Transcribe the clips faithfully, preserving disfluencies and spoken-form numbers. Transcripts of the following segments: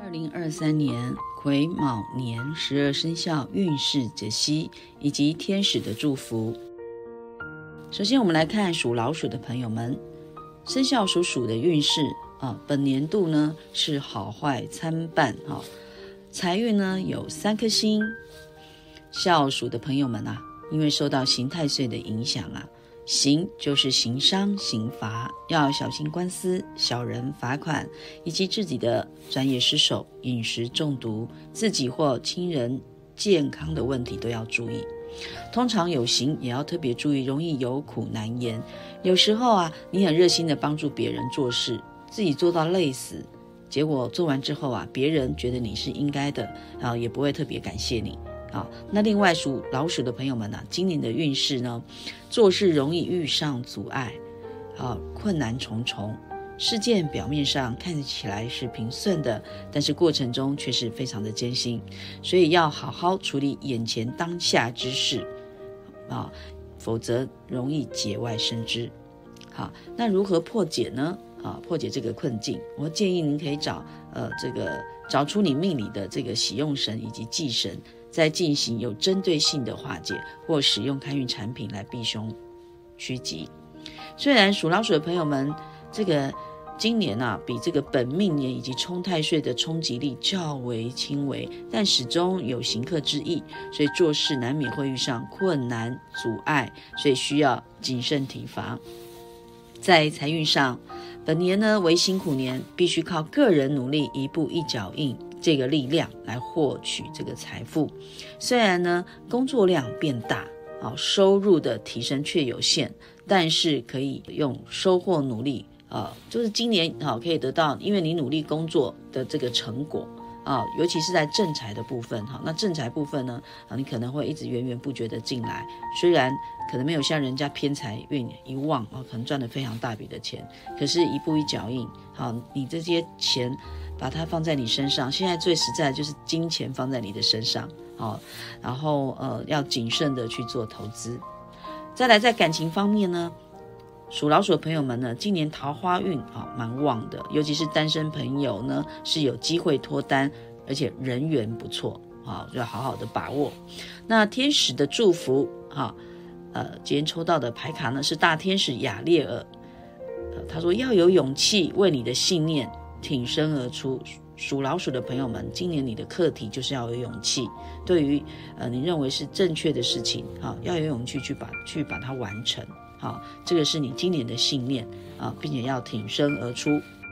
二零二三年癸卯年十二生肖运势解析以及天使的祝福。首先我们来看属老鼠的朋友们，生肖属鼠的运势啊，本年度呢是好坏参半啊，财运呢有三颗星。肖属的朋友们啊，因为受到刑太岁的影响啊，刑就是刑伤、刑罚，要小心官司、小人罚款，以及自己的专业失手、饮食中毒、自己或亲人健康的问题都要注意。通常有刑也要特别注意，容易有苦难言。有时候啊，你很热心的帮助别人做事，自己做到累死，结果做完之后啊，别人觉得你是应该的啊，也不会特别感谢你。啊，那另外属老鼠的朋友们啊，今年的运势呢，做事容易遇上阻碍，啊，困难重重，事件表面上看起来是平顺的，但是过程中却是非常的艰辛，所以要好好处理眼前当下之事，啊，否则容易节外生枝。好，那如何破解呢？啊，破解这个困境，我建议您可以找呃这个找出你命里的这个喜用神以及忌神，再进行有针对性的化解，或使用开运产品来避凶趋吉。虽然属老鼠的朋友们，这个今年啊比这个本命年以及冲太岁的冲击力较为轻微，但始终有刑克之意，所以做事难免会遇上困难阻碍，所以需要谨慎提防。在财运上，本年呢为辛苦年，必须靠个人努力，一步一脚印这个力量来获取这个财富。虽然呢工作量变大，啊，收入的提升却有限，但是可以用收获努力，啊，就是今年啊可以得到，因为你努力工作的这个成果。啊，尤其是在正财的部分，哈，那正财部分呢，啊，你可能会一直源源不绝的进来，虽然可能没有像人家偏财运一旺，啊，可能赚了非常大笔的钱，可是一步一脚印，好，你这些钱把它放在你身上，现在最实在的就是金钱放在你的身上，好，然后呃要谨慎的去做投资。再来在感情方面呢，属老鼠的朋友们呢，今年桃花运啊蛮旺的，尤其是单身朋友呢是有机会脱单，而且人缘不错啊，就要好好的把握。那天使的祝福啊，呃，今天抽到的牌卡呢是大天使亚列尔，呃、他说要有勇气为你的信念挺身而出。属老鼠的朋友们，今年你的课题就是要有勇气，对于呃你认为是正确的事情啊，要有勇气去把去把它完成。好，这个是你今年的信念啊，并且要挺身而出。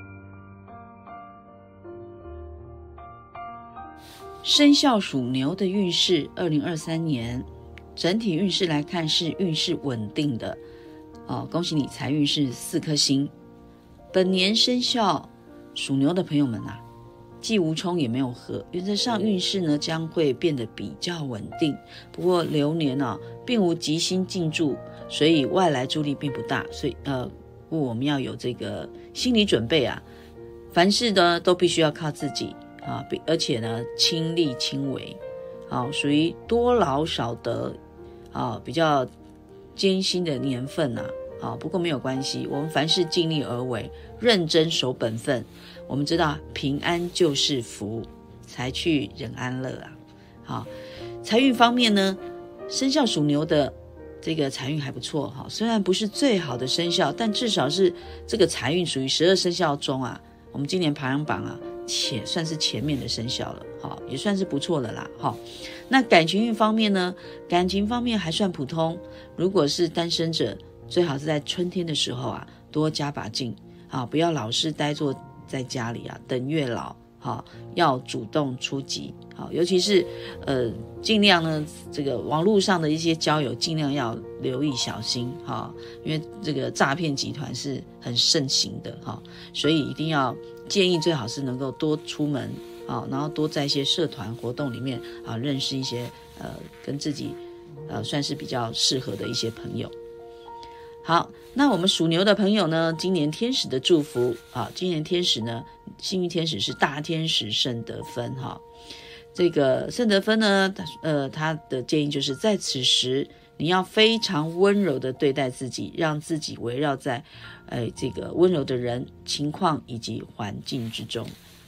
生肖属牛的运势，二零二三年整体运势来看是运势稳定的，啊，恭喜你，财运是四颗星。本年生肖属牛的朋友们啊，既无冲也没有合，原则上运势呢将会变得比较稳定。不过流年啊，并无吉星进驻，所以外来助力并不大，所以呃，我们要有这个心理准备啊，凡事呢都必须要靠自己啊，而且呢亲力亲为，啊，属于多劳少得啊，比较艰辛的年份啊。啊，不过没有关系，我们凡事尽力而为，认真守本分。我们知道平安就是福，财去人安乐啊。好，财运方面呢，生肖属牛的这个财运还不错哈，虽然不是最好的生肖，但至少是这个财运属于十二生肖中啊，我们今年排行榜啊，且算是前面的生肖了，好，也算是不错的啦。好，那感情运方面呢，感情方面还算普通，如果是单身者，最好是在春天的时候啊，多加把劲啊，不要老是呆坐在家里啊，等月老，好，要主动出击，好，尤其是呃，尽量呢，这个网络上的一些交友，尽量要留意小心哈，因为这个诈骗集团是很盛行的哈，所以一定要建议最好是能够多出门啊，然后多在一些社团活动里面啊，认识一些呃跟自己呃算是比较适合的一些朋友。好，那我们属牛的朋友呢，今年天使的祝福啊，今年天使呢，幸运天使是大天使圣德芬哈。这个圣德芬呢，呃，他的建议就是在此时你要非常温柔的对待自己，让自己围绕在，呃，这个温柔的人、情况以及环境之中。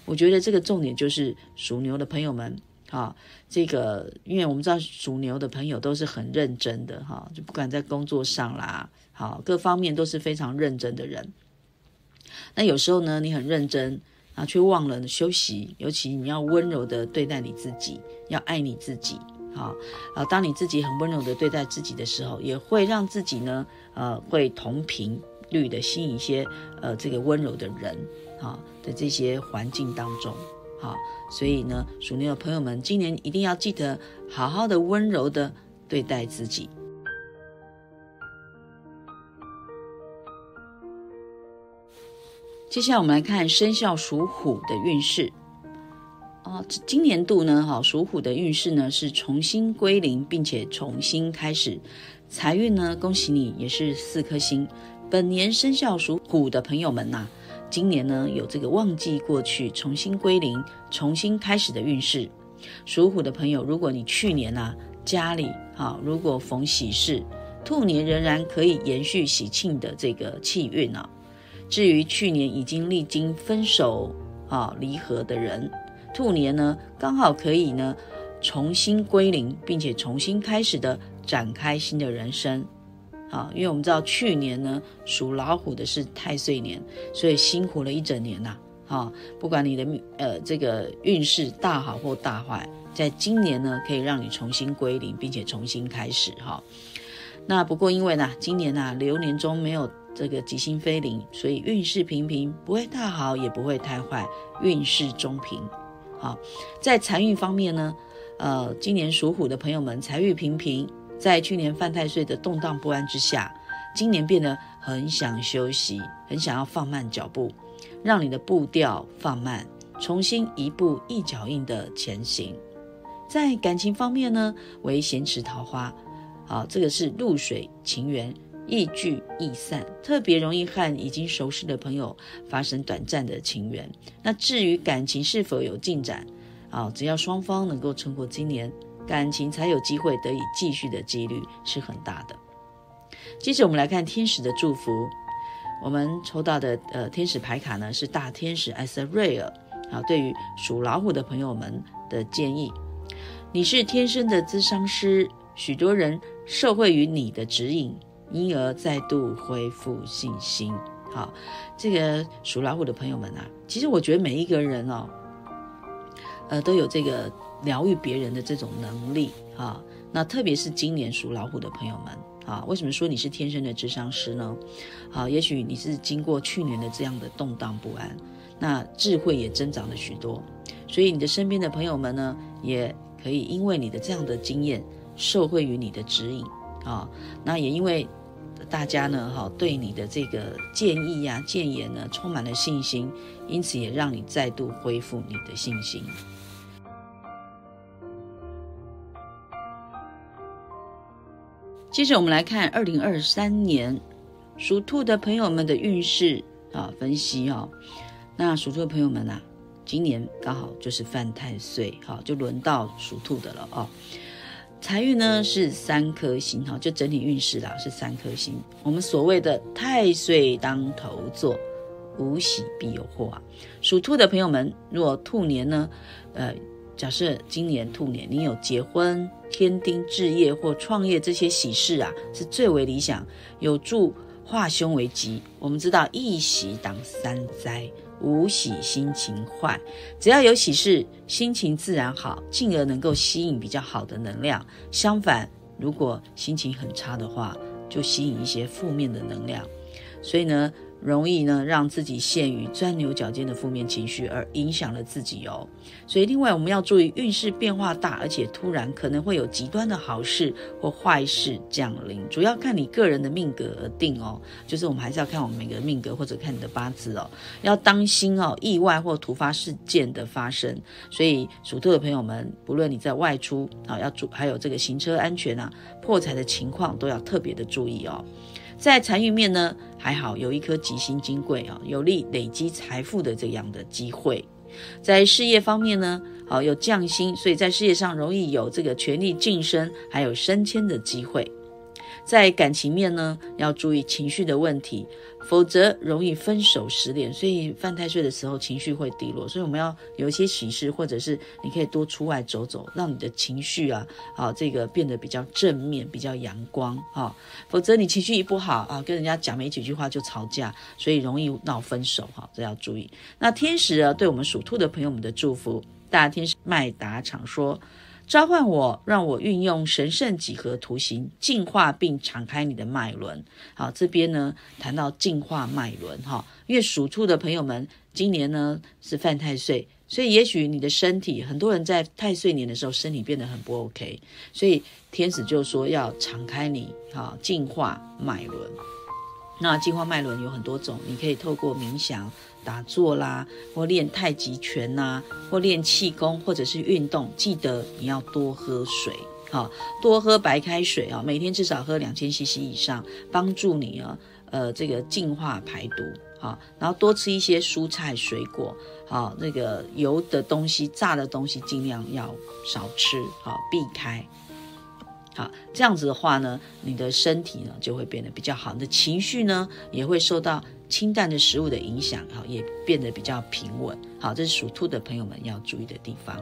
我觉得这个重点就是属牛的朋友们，哈，这个因为我们知道属牛的朋友都是很认真的哈，就不管在工作上啦，好，各方面都是非常认真的人。那有时候呢，你很认真啊，却忘了休息，尤其你要温柔的对待你自己，要爱你自己。好，啊，当你自己很温柔的对待自己的时候，也会让自己呢，呃，会同频率的吸引一些呃这个温柔的人，啊的这些环境当中，好，所以呢，属牛的朋友们，今年一定要记得好好的温柔的对待自己。接下来我们来看生肖属虎的运势。哦，今年度呢，哈，属虎的运势呢是重新归零，并且重新开始。财运呢，恭喜你，也是四颗星。本年生肖属虎的朋友们呐、啊，今年呢有这个忘记过去，重新归零，重新开始的运势。属虎的朋友，如果你去年啊家里啊如果逢喜事，兔年仍然可以延续喜庆的这个气运啊。至于去年已经历经分手啊离合的人，兔年呢刚好可以呢重新归零，并且重新开始的展开新的人生。啊，因为我们知道去年呢属老虎的是太岁年，所以辛苦了一整年呐、啊。啊，不管你的呃这个运势大好或大坏，在今年呢可以让你重新归零，并且重新开始哈、啊。那不过因为呢今年啊流年中没有这个吉星飞临，所以运势平平，不会太好也不会太坏，运势中平。好，在财运方面呢，呃，今年属虎的朋友们财运平平，在去年犯太岁的动荡不安之下，今年变得很想休息，很想要放慢脚步，让你的步调放慢，重新一步一脚印的前行。在感情方面呢，为咸池桃花，好，这个是露水情缘，易聚易散，特别容易和已经熟识的朋友发生短暂的情缘。那至于感情是否有进展，啊，只要双方能够撑过今年，感情才有机会得以继续的几率是很大的。接着我们来看天使的祝福，我们抽到的呃天使牌卡呢是大天使艾瑟瑞尔，啊，对于属老虎的朋友们的建议，你是天生的咨商师，许多人受惠于你的指引，因而再度恢复信心。好，这个属老虎的朋友们啊，其实我觉得每一个人哦，呃，都有这个疗愈别人的这种能力啊。那特别是今年属老虎的朋友们啊，为什么说你是天生的咨商师呢？啊，也许你是经过去年的这样的动荡不安，那智慧也增长了许多，所以你的身边的朋友们呢，也可以因为你的这样的经验，受惠于你的指引啊。那也因为大家呢，哈，对你的这个建议呀、建言呢，充满了信心，因此也让你再度恢复你的信心。接着我们来看二零二三年属兔的朋友们的运势啊分析啊。那属兔的朋友们啊，今年刚好就是犯太岁，好，就轮到属兔的了啊。财运呢是三颗星，就整体运势啦是三颗星。我们所谓的太岁当头坐，无喜必有祸啊。属兔的朋友们，如果兔年呢，呃，假设今年兔年你有结婚、添丁、置业或创业这些喜事啊，是最为理想，有助化凶为吉。我们知道一喜挡三灾，无喜心情坏，只要有喜事，心情自然好，进而能够吸引比较好的能量。相反，如果心情很差的话，就吸引一些负面的能量，所以呢，容易呢让自己陷于钻牛角尖的负面情绪，而影响了自己哦。所以另外我们要注意运势变化大而且突然，可能会有极端的好事或坏事降临，主要看你个人的命格而定哦。就是我们还是要看我们每个命格，或者看你的八字哦，要当心哦意外或突发事件的发生。所以属兔的朋友们，不论你在外出啊，要注还有这个行车安全啊、破财的情况都要特别的注意哦。在财运面呢，还好有一颗吉星金贵啊，有利累积财富的这样的机会。在事业方面呢，好有将星，所以在事业上容易有这个权力晋升，还有升迁的机会。 在感情面呢，要注意情绪的问题，否则容易分手失恋。所以犯太岁的时候情绪会低落，所以我们要有一些喜事，或者是你可以多出外走走，让你的情绪啊，啊这个变得比较正面，比较阳光啊。否则你情绪一不好啊，跟人家讲没几句话就吵架，所以容易闹分手哈，这要注意。那天使啊，对我们属兔的朋友们的祝福，大天使麦达常说，召唤我，让我运用神圣几何图形净化并敞开你的脉轮。好，这边呢谈到净化脉轮哈，因为属兔的朋友们今年呢是犯太岁，所以也许你的身体，很多人在太岁年的时候身体变得很不 OK， 所以天使就说要敞开你，好，净化脉轮。那净化脉轮有很多种，你可以透过冥想、打坐啦，或练太极拳啦，或练气功，或者是运动。记得你要多喝水，好，多喝白开水啊，每天至少喝两千 C C 以上，帮助你啊，呃，这个净化排毒。好，然后多吃一些蔬菜水果，好，那个油的东西、炸的东西尽量要少吃，好，避开。好，这样子的话呢，你的身体呢就会变得比较好，你的情绪呢也会受到清淡的食物的影响，好，也变得比较平稳。好，这是属兔的朋友们要注意的地方。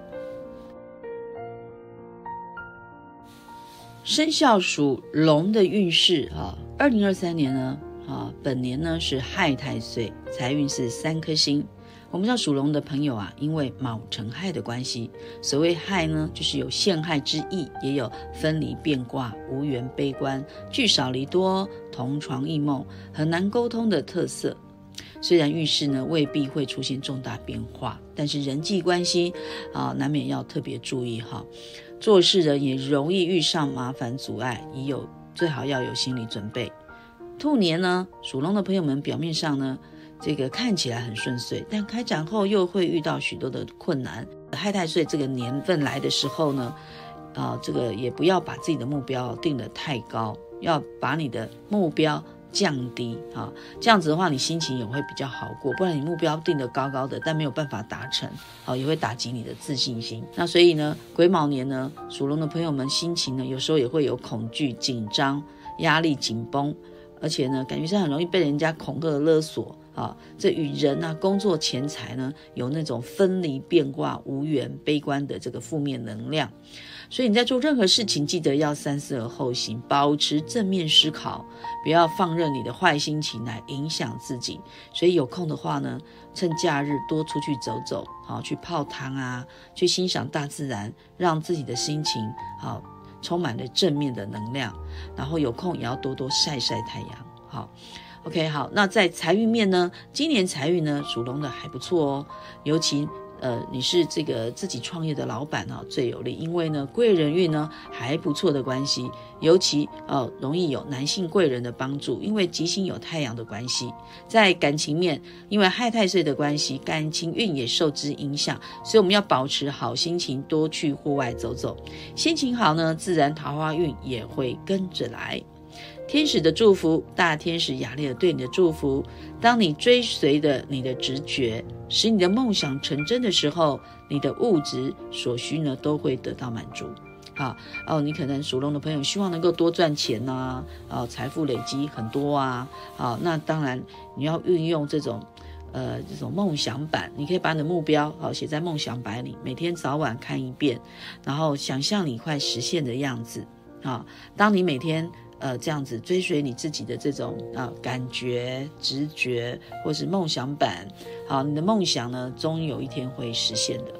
生肖属龙的运势啊，二零二三年呢啊，本年呢是亥太岁，财运是三颗星。我们知道属龙的朋友啊，因为卯辰亥的关系，所谓亥呢，就是有陷害之意，也有分离变卦、无缘悲观、聚少离多、同床异梦、很难沟通的特色。虽然运势呢未必会出现重大变化，但是人际关系啊，难免要特别注意哈。做事人也容易遇上麻烦阻碍，也有最好要有心理准备。兔年呢，属龙的朋友们表面上呢，这个看起来很顺遂，但开展后又会遇到许多的困难。亥太岁这个年份来的时候呢，啊，这个也不要把自己的目标定得太高，要把你的目标降低啊，这样子的话，你心情也会比较好过。不然你目标定得高高的，但没有办法达成，啊，也会打击你的自信心。那所以呢，癸卯年呢，属龙的朋友们心情呢，有时候也会有恐惧、紧张、压力、紧绷，而且呢，感觉上很容易被人家恐吓勒索。啊，这与人啊、工作、钱财呢，有那种分离、变卦、无缘、悲观的这个负面能量。所以你在做任何事情，记得要三思而后行，保持正面思考，不要放任你的坏心情来影响自己。所以有空的话呢，趁假日多出去走走，好，去泡汤啊，去欣赏大自然，让自己的心情好充满了正面的能量。然后有空也要多多晒晒太阳，好。OK， 好，那在财运面呢，今年财运呢，属龙的还不错哦，尤其呃你是这个自己创业的老板啊，最有利，因为呢贵人运呢还不错的关系，尤其呃容易有男性贵人的帮助，因为吉星有太阳的关系。在感情面，因为亥太岁的关系，感情运也受之影响，所以我们要保持好心情，多去户外走走，心情好呢，自然桃花运也会跟着来。天使的祝福，大天使雅丽尔对你的祝福，当你追随的你的直觉，使你的梦想成真的时候，你的物质所需呢都会得到满足。好哦，你可能属龙的朋友希望能够多赚钱啊，哦，财富累积很多啊，好，那当然你要运用这种呃这种梦想板，你可以把你的目标好写在梦想板里，每天早晚看一遍，然后想象你快实现的样子。好，当你每天呃，这样子追随你自己的这种啊感觉、直觉，或是梦想版，好，你的梦想呢，终有一天会实现的。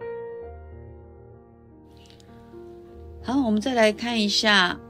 好，我们再来看一下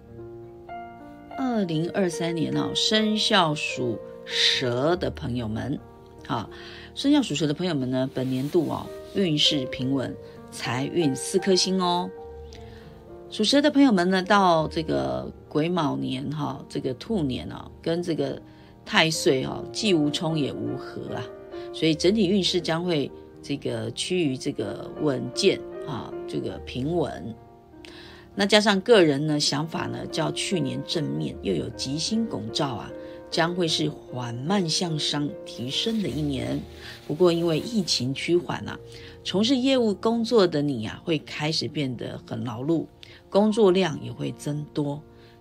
二零二三年哦，生肖属蛇的朋友们，好，生肖属蛇的朋友们呢，本年度哦，运势平稳，财运四颗星哦。属蛇的朋友们呢，到这个癸卯年哈，这个兔年啊，跟这个太岁哈，既无冲也无合啊，所以整体运势将会这个趋于这个稳健啊，这个平稳。那加上个人呢想法呢，较去年正面，又有吉星拱照啊，将会是缓慢向上提升的一年。不过因为疫情趋缓啊，从事业务工作的你啊，会开始变得很劳碌，工作量也会增多，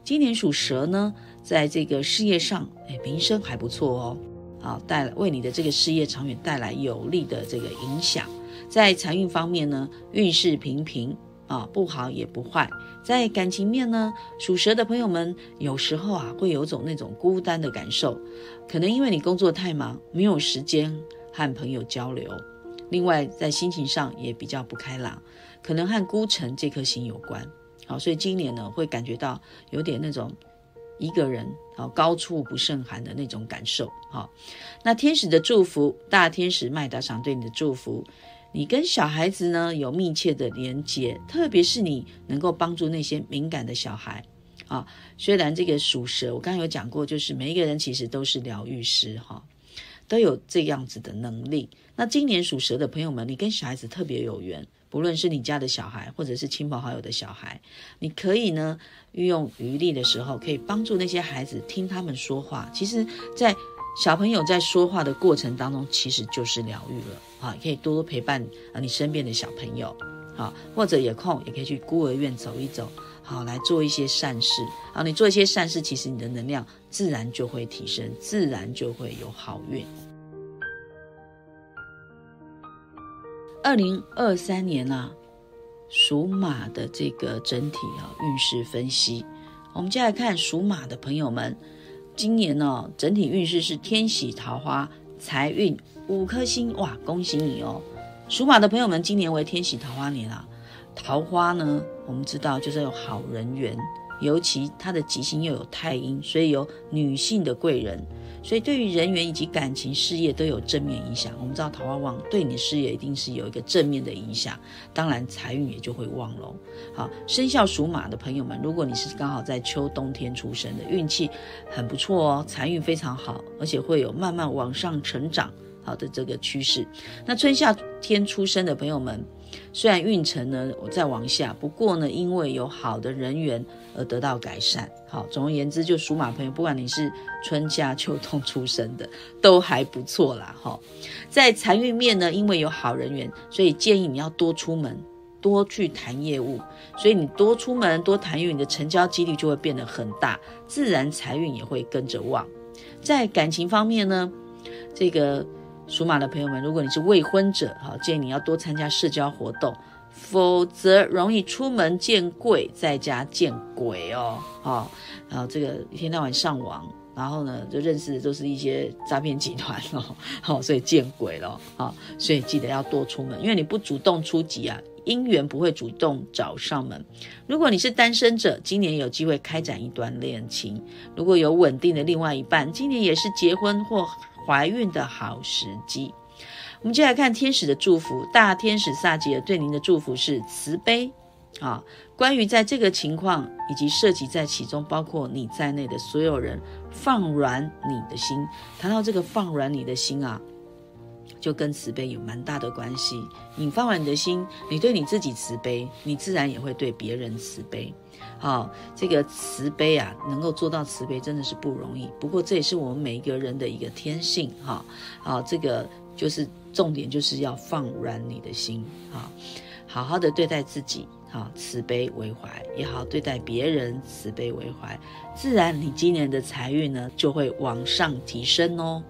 今年属蛇呢，在这个事业上，哎，名声还不错哦，啊，带来为你的这个事业长远带来有利的这个影响。在财运方面呢，运势平平啊，不好也不坏。在感情面呢，属蛇的朋友们有时候啊会有种那种孤单的感受，可能因为你工作太忙，没有时间和朋友交流。另外在心情上也比较不开朗，可能和孤城这颗星有关。好，所以今年呢会感觉到有点那种一个人高处不胜寒的那种感受。好，那天使的祝福，大天使麦达赏对你的祝福，你跟小孩子呢有密切的连结，特别是你能够帮助那些敏感的小孩啊。虽然这个属蛇，我刚刚有讲过，就是每一个人其实都是疗愈师哈，都有这样子的能力。那今年属蛇的朋友们，你跟小孩子特别有缘，不论是你家的小孩或者是亲朋好友的小孩，你可以呢运用余力的时候，可以帮助那些孩子听他们说话。其实在小朋友在说话的过程当中，其实就是疗愈了啊！可以多多陪伴啊你身边的小朋友啊，或者有空也可以去孤儿院走一走，好，来做一些善事啊。你做一些善事，其实你的能量自然就会提升，自然就会有好运。二零二三年啊，属马的这个整体啊运势分析，我们接下来看属马的朋友们，今年呢整体运势是天喜桃花财运五颗星，哇，恭喜你哦！属马的朋友们，今年为天喜桃花年啊。桃花呢，我们知道就是有好人缘，尤其它的吉星又有太阴，所以有女性的贵人，所以对于人缘以及感情事业都有正面影响。我们知道桃花旺对你的事业一定是有一个正面的影响，当然财运也就会旺咯。好，生肖属马的朋友们，如果你是刚好在秋冬天出生的，运气很不错哦，财运非常好，而且会有慢慢往上成长好的这个趋势。那春夏天出生的朋友们，虽然运程呢我再往下，不过呢因为有好的人缘而得到改善。好，总而言之，就属马朋友，不管你是春夏秋冬出生的，都还不错啦。好，在财运面呢，因为有好人缘，所以建议你要多出门，多去谈业务。所以你多出门多谈业务，你的成交几率就会变得很大，自然财运也会跟着旺。在感情方面呢，这个属马的朋友们，如果你是未婚者，好，建议你要多参加社交活动，否则容易出门见贵，在家见鬼哦。好，然后这个一天到晚上网，然后呢就认识的都是一些诈骗集团哦，好，所以见鬼了。好，所以记得要多出门，因为你不主动出击啊，姻缘不会主动找上门。如果你是单身者，今年有机会开展一段恋情；如果有稳定的另外一半，今年也是结婚或怀孕的好时机。我们接下来看天使的祝福，大天使萨吉尔对您的祝福是慈悲啊。关于在这个情况以及涉及在其中包括你在内的所有人，放软你的心。谈到这个放软你的心啊，就跟慈悲有蛮大的关系。你放软你的心，你对你自己慈悲，你自然也会对别人慈悲。好，这个慈悲啊，能够做到慈悲真的是不容易，不过这也是我们每一个人的一个天性哈。好，这个就是重点，就是要放软你的心啊，好好的对待自己，好，慈悲为怀，也好对待别人，慈悲为怀，自然你今年的财运呢就会往上提升哦。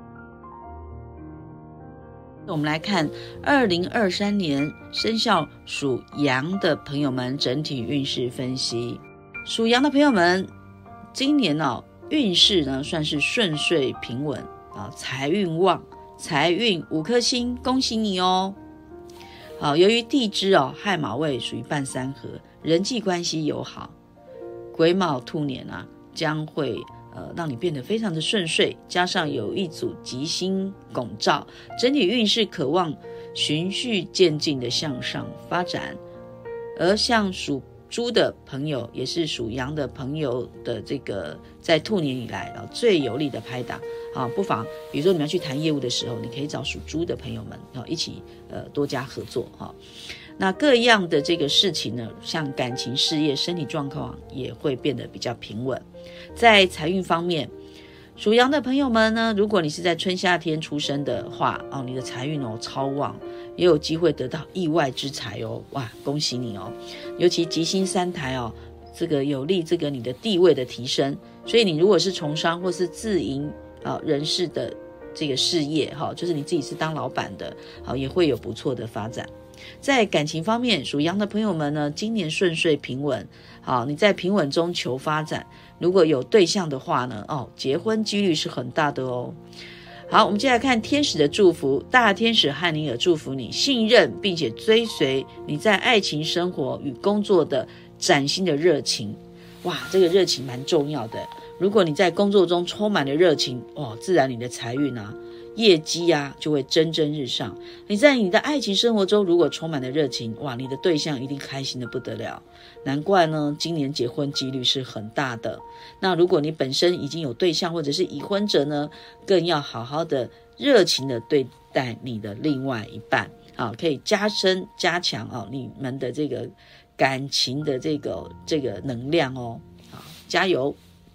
我们来看二零二三年生肖属羊的朋友们整体运势分析。属羊的朋友们，今年哦运势呢算是顺遂平稳啊，财运旺，财运五颗星，恭喜你哦。好，由于地支哦亥卯未属于半三合，人际关系友好，癸卯兔年啊将会呃，让你变得非常的顺遂，加上有一组吉星拱照，整体运势渴望循序渐进的向上发展。而像属猪的朋友，也是属羊的朋友的这个在兔年以来、哦、最有力的拍档啊，不妨比如说你们要去谈业务的时候，你可以找属猪的朋友们、哦、一起呃多加合作哈、哦。那各样的这个事情呢，像感情、事业、身体状况也会变得比较平稳。在财运方面，属羊的朋友们呢，如果你是在春夏天出生的话哦，你的财运哦超旺，也有机会得到意外之财哦，哇，恭喜你哦！尤其吉星三台哦， 这个有利这个你的地位的提升。所以你如果是从商或是自营啊人士的这个事业哈，就是你自己是当老板的，好也会有不错的发展。在感情方面，属羊的朋友们呢，今年顺遂平稳，好，你在平稳中求发展。如果有对象的话呢，哦，结婚几率是很大的哦。好，我们接下来看天使的祝福。大天使汉尼尔祝福你信任并且追随你在爱情生活与工作的崭新的热情。哇，这个热情蛮重要的。如果你在工作中充满了热情，哦，自然你的财运啊业绩啊就会蒸蒸日上。你在你的爱情生活中如果充满了热情，哇，你的对象一定开心的不得了。难怪呢，今年结婚几率是很大的。那如果你本身已经有对象或者是已婚者呢，更要好好的热情的对待你的另外一半，啊，可以加深加强啊你们的这个感情的这个这个能量哦，好，加油。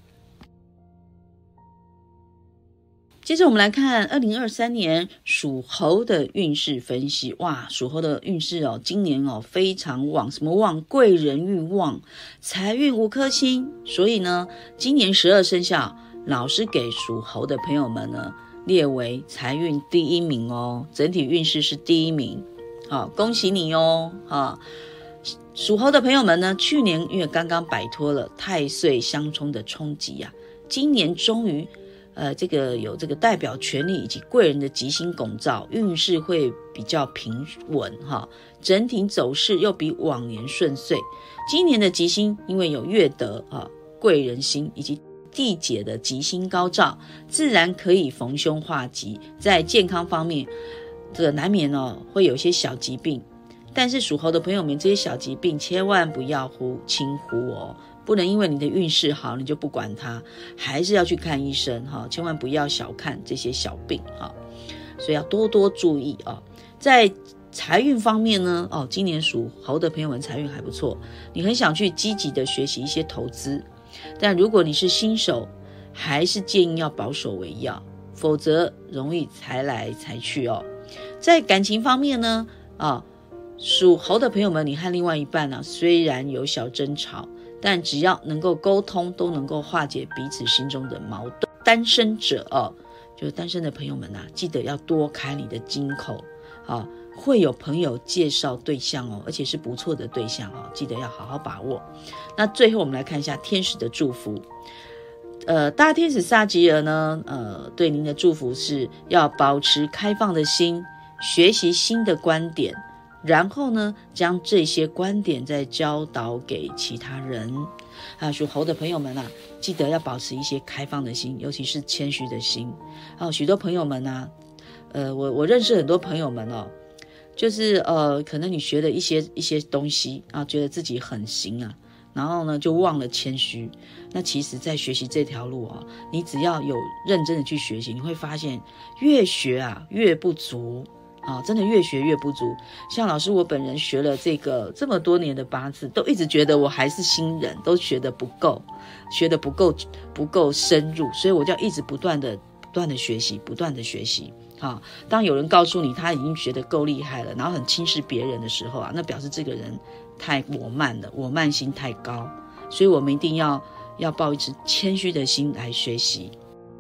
接着我们来看二零二三年属猴的运势分析。哇，属猴的运势哦，今年哦非常旺，什么旺？贵人运旺，财运五颗星。所以呢，今年十二生肖老师给属猴的朋友们呢列为财运第一名哦，整体运势是第一名。好，恭喜你哦！啊，属猴的朋友们呢，去年因为刚刚摆脱了太岁相冲的冲击啊，今年终于呃，这个有这个代表权力以及贵人的吉星拱照，运势会比较平稳哈，整体走势又比往年顺遂。今年的吉星因为有月德啊、贵人星以及地解的吉星高照，自然可以逢凶化吉。在健康方面，这个难免哦会有一些小疾病，但是属猴的朋友们，这些小疾病千万不要忽轻忽哦。不能因为你的运势好你就不管它，还是要去看医生哈，千万不要小看这些小病哈，所以要多多注意啊。在财运方面呢，哦，今年属猴的朋友们财运还不错，你很想去积极的学习一些投资，但如果你是新手，还是建议要保守为要，否则容易财来财去哦。在感情方面呢，啊，属猴的朋友们，你和另外一半呢、啊，虽然有小争吵，但只要能够沟通，都能够化解彼此心中的矛盾。单身者哦，就是单身的朋友们啊，记得要多开你的金口，啊，会有朋友介绍对象哦，而且是不错的对象哦，记得要好好把握。那最后我们来看一下天使的祝福。呃，大天使撒吉尔呢，呃，对您的祝福是要保持开放的心，学习新的观点。然后呢，将这些观点再教导给其他人啊，属猴的朋友们啊，记得要保持一些开放的心，尤其是谦虚的心啊。许多朋友们啊，呃，我我认识很多朋友们哦，就是呃，可能你学的一些一些东西啊，觉得自己很行啊，然后呢就忘了谦虚。那其实在学习这条路啊，你只要有认真的去学习，你会发现越学啊越不足。啊，真的越学越不足。像老师我本人学了这个这么多年的八字，都一直觉得我还是新人，都学得不够，学得不够不够深入，所以我就要一直不断的不断的学习，不断的学习。啊，当有人告诉你他已经学得够厉害了，然后很轻视别人的时候啊，那表示这个人太我慢了，我慢心太高。所以我们一定要要抱一支谦虚的心来学习。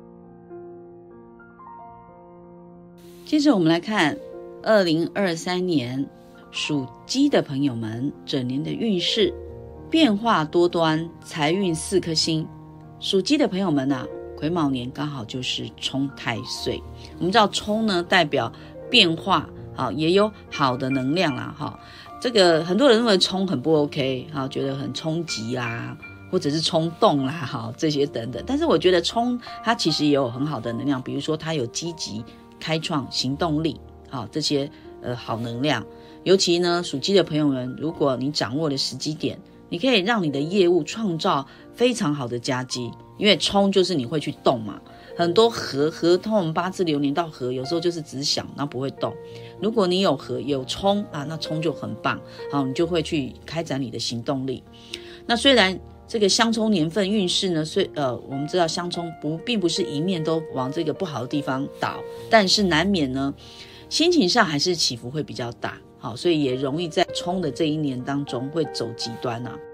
接着我们来看二零二三年属鸡的朋友们整年的运势，变化多端，财运四颗星。属鸡的朋友们啊，癸卯年刚好就是冲太岁。我们知道冲呢代表变化，好，也有好的能量啦，哈。这个很多人认为冲很不 OK， 哈，觉得很冲击啦，或者是冲动啦，哈，这些等等。但是我觉得冲它其实也有很好的能量，比如说它有积极、开创、行动力。好，这些呃好能量，尤其呢属鸡的朋友们，如果你掌握了时机点，你可以让你的业务创造非常好的佳绩。因为冲就是你会去动嘛，很多合合通八字流年到合，有时候就是只想，然后不会动。如果你有合有冲啊，那冲就很棒，好，你就会去开展你的行动力。那虽然这个相冲年份运势呢，虽呃我们知道相冲不并不是一面都往这个不好的地方倒，但是难免呢。心情上还是起伏会比较大，好，所以也容易在冲的这一年当中会走极端啊。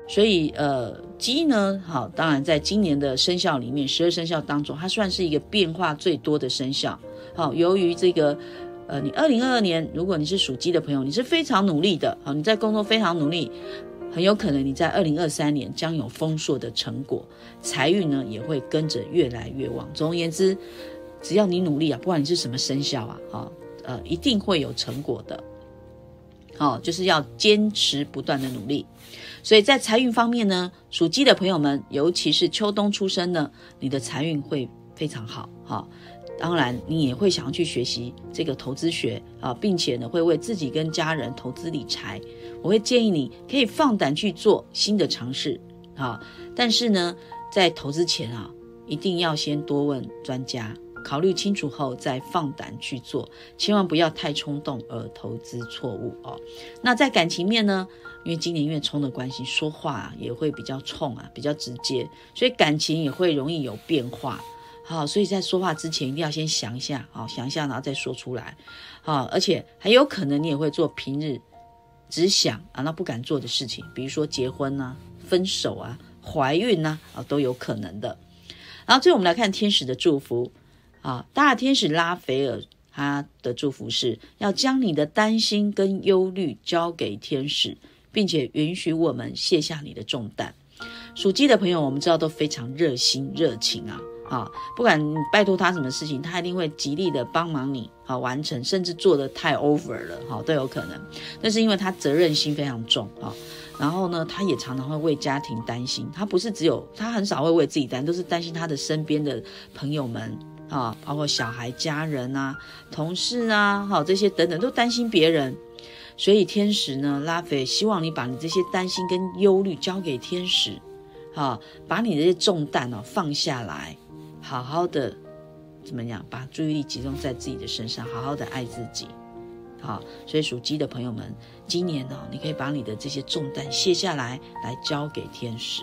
所以呃，鸡呢，好，当然在今年的生肖里面，十二生肖当中，它算是一个变化最多的生肖。好，由于这个呃，你二零二二年，如果你是属鸡的朋友，你是非常努力的，好，你在工作非常努力，很有可能你在二零二三年将有丰硕的成果，财运呢也会跟着越来越旺。总而言之，只要你努力啊，不管你是什么生肖啊，哦、呃，一定会有成果的。好、哦，就是要坚持不断的努力。所以在财运方面呢，属鸡的朋友们，尤其是秋冬出生呢，你的财运会非常好。好、哦，当然你也会想要去学习这个投资学啊，并且呢会为自己跟家人投资理财。我会建议你可以放胆去做新的尝试啊，但是呢，在投资前啊，一定要先多问专家，考虑清楚后再放胆去做，千万不要太冲动而投资错误哦。那在感情面呢，因为今年因为冲的关系，说话、啊、也会比较冲啊，比较直接，所以感情也会容易有变化。好，所以在说话之前一定要先想一下，好，想一下然后再说出来。好，而且还有可能你也会做平日只想啊那不敢做的事情，比如说结婚啊、分手啊、怀孕啊，啊都有可能的。然后最后我们来看天使的祝福啊，大天使拉斐尔他的祝福是要将你的担心跟忧虑交给天使，并且允许我们卸下你的重担。属鸡的朋友我们知道都非常热心热情啊，啊，不管你拜托他什么事情，他一定会极力的帮忙你啊完成，甚至做得太 over 了，好、啊、都有可能。但是因为他责任心非常重啊，然后呢，他也常常会为家庭担心。他不是只有他很少会为自己担心，都是担心他的身边的朋友们啊，包括小孩、家人啊、同事啊，好、啊、这些等等都担心别人。所以天使呢，拉斐希望你把你这些担心跟忧虑交给天使，啊，把你的这些重担哦放下来。好好的怎么样把注意力集中在自己的身上，好好的爱自己。好，所以属鸡的朋友们，今年呢、哦，你可以把你的这些重担卸下来，来交给天使。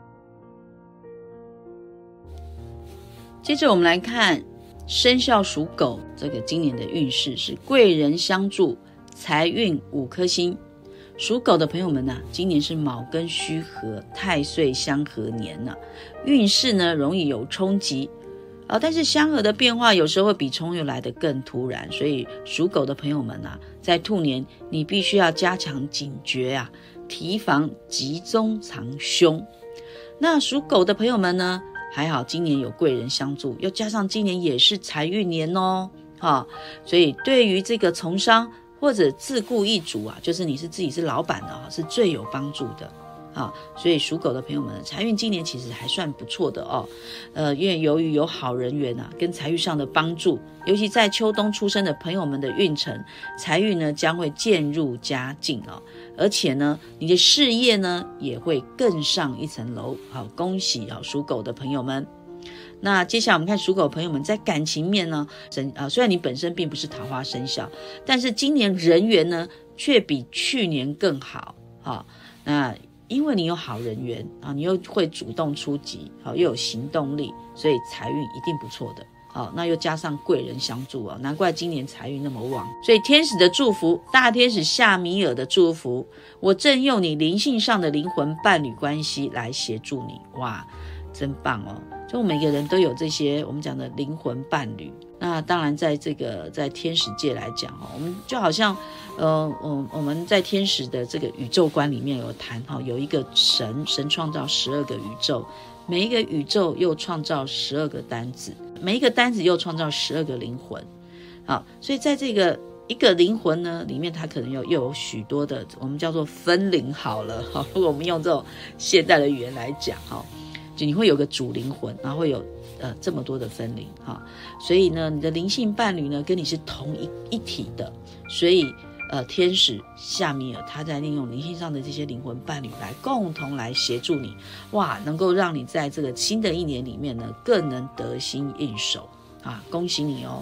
接着我们来看生肖属狗这个今年的运势是贵人相助，财运五颗星。属狗的朋友们呢、啊，今年是卯跟戌合，太岁相合年呢、啊，运势呢容易有冲击啊，但是相合的变化有时候会比冲又来得更突然，所以属狗的朋友们啊，在兔年你必须要加强警觉啊，提防吉中藏凶。那属狗的朋友们呢，还好今年有贵人相助，又加上今年也是财运年哦，啊，所以对于这个从商或者自雇一主啊，就是你是自己是老板的啊，是最有帮助的啊。所以属狗的朋友们，财运今年其实还算不错的哦。呃，因为由于有好人缘啊，跟财运上的帮助，尤其在秋冬出生的朋友们的运程，财运呢将会渐入佳境哦。而且呢，你的事业呢也会更上一层楼。好，恭喜啊，属狗的朋友们。那接下来我们看属狗的朋友们在感情面呢，呃，虽然你本身并不是桃花生肖，但是今年人缘呢却比去年更好。好，那因为你有好人缘啊，你又会主动出击，好，又有行动力，所以财运一定不错的。好，那又加上贵人相助啊，难怪今年财运那么旺。所以天使的祝福，大天使夏米尔的祝福，我正用你灵性上的灵魂伴侣关系来协助你。哇，真棒哦！就每个人都有这些我们讲的灵魂伴侣。那当然在这个在天使界来讲哦，我们就好像呃我我们在天使的这个宇宙观里面有谈哈，有一个神神创造十二个宇宙，每一个宇宙又创造十二个单子，每一个单子又创造十二个灵魂。好，所以在这个一个灵魂呢里面，它可能有又有许多的我们叫做分灵好了。好，如果我们用这种现代的语言来讲哈，就你会有个主灵魂，然后会有呃这么多的分灵哈，所以呢，你的灵性伴侣呢跟你是同一一体的，所以呃天使夏米尔他在利用灵性上的这些灵魂伴侣来共同来协助你，哇，能够让你在这个新的一年里面呢更能得心应手啊，恭喜你哦！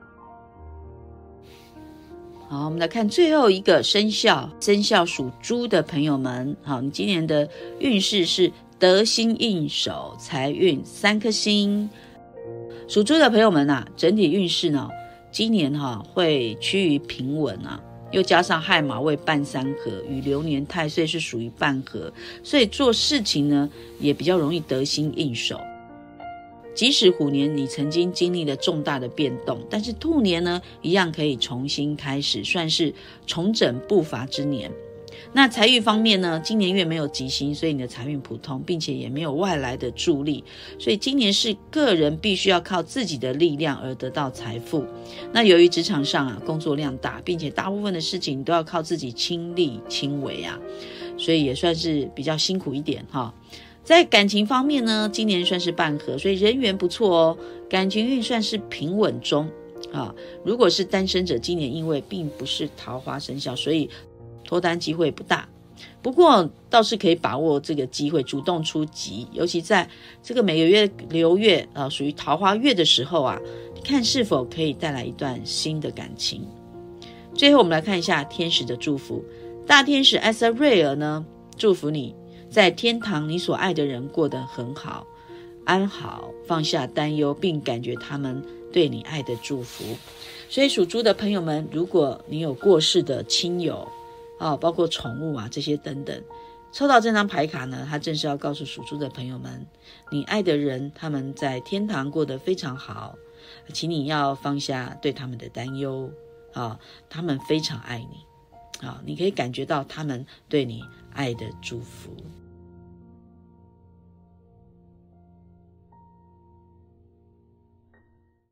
好，我们来看最后一个生肖，生肖属猪的朋友们，好，你今年的运势是得心应手，财运三颗星。属猪的朋友们啊，整体运势呢，今年哈、啊、会趋于平稳啊， 又加上亥马未半三合，与流年太岁是属于半合，所以做事情呢也比较容易得心应手。即使虎年你曾经经历了重大的变动，但是兔年呢一样可以重新开始，算是重整步伐之年。那财运方面呢，今年月没有吉星，所以你的财运普通，并且也没有外来的助力，所以今年是个人必须要靠自己的力量而得到财富。那由于职场上啊工作量大，并且大部分的事情都要靠自己亲力亲为啊，所以也算是比较辛苦一点哈。在感情方面呢，今年算是半合，所以人缘不错哦，感情运算是平稳中啊。如果是单身者，今年因为并不是桃花生肖，所以脱单机会不大。不过倒是可以把握这个机会，主动出击，尤其在这个每个月流月啊，属于桃花月的时候啊，看是否可以带来一段新的感情。最后我们来看一下天使的祝福，大天使艾瑟瑞尔呢，祝福你在天堂，你所爱的人过得很好安好，放下担忧，并感觉他们对你爱的祝福。所以属猪的朋友们，如果你有过世的亲友啊，包括宠物啊这些等等，抽到这张牌卡呢，它正是要告诉属猪的朋友们，你爱的人他们在天堂过得非常好，请你要放下对他们的担忧啊，他们非常爱你啊，你可以感觉到他们对你爱的祝福。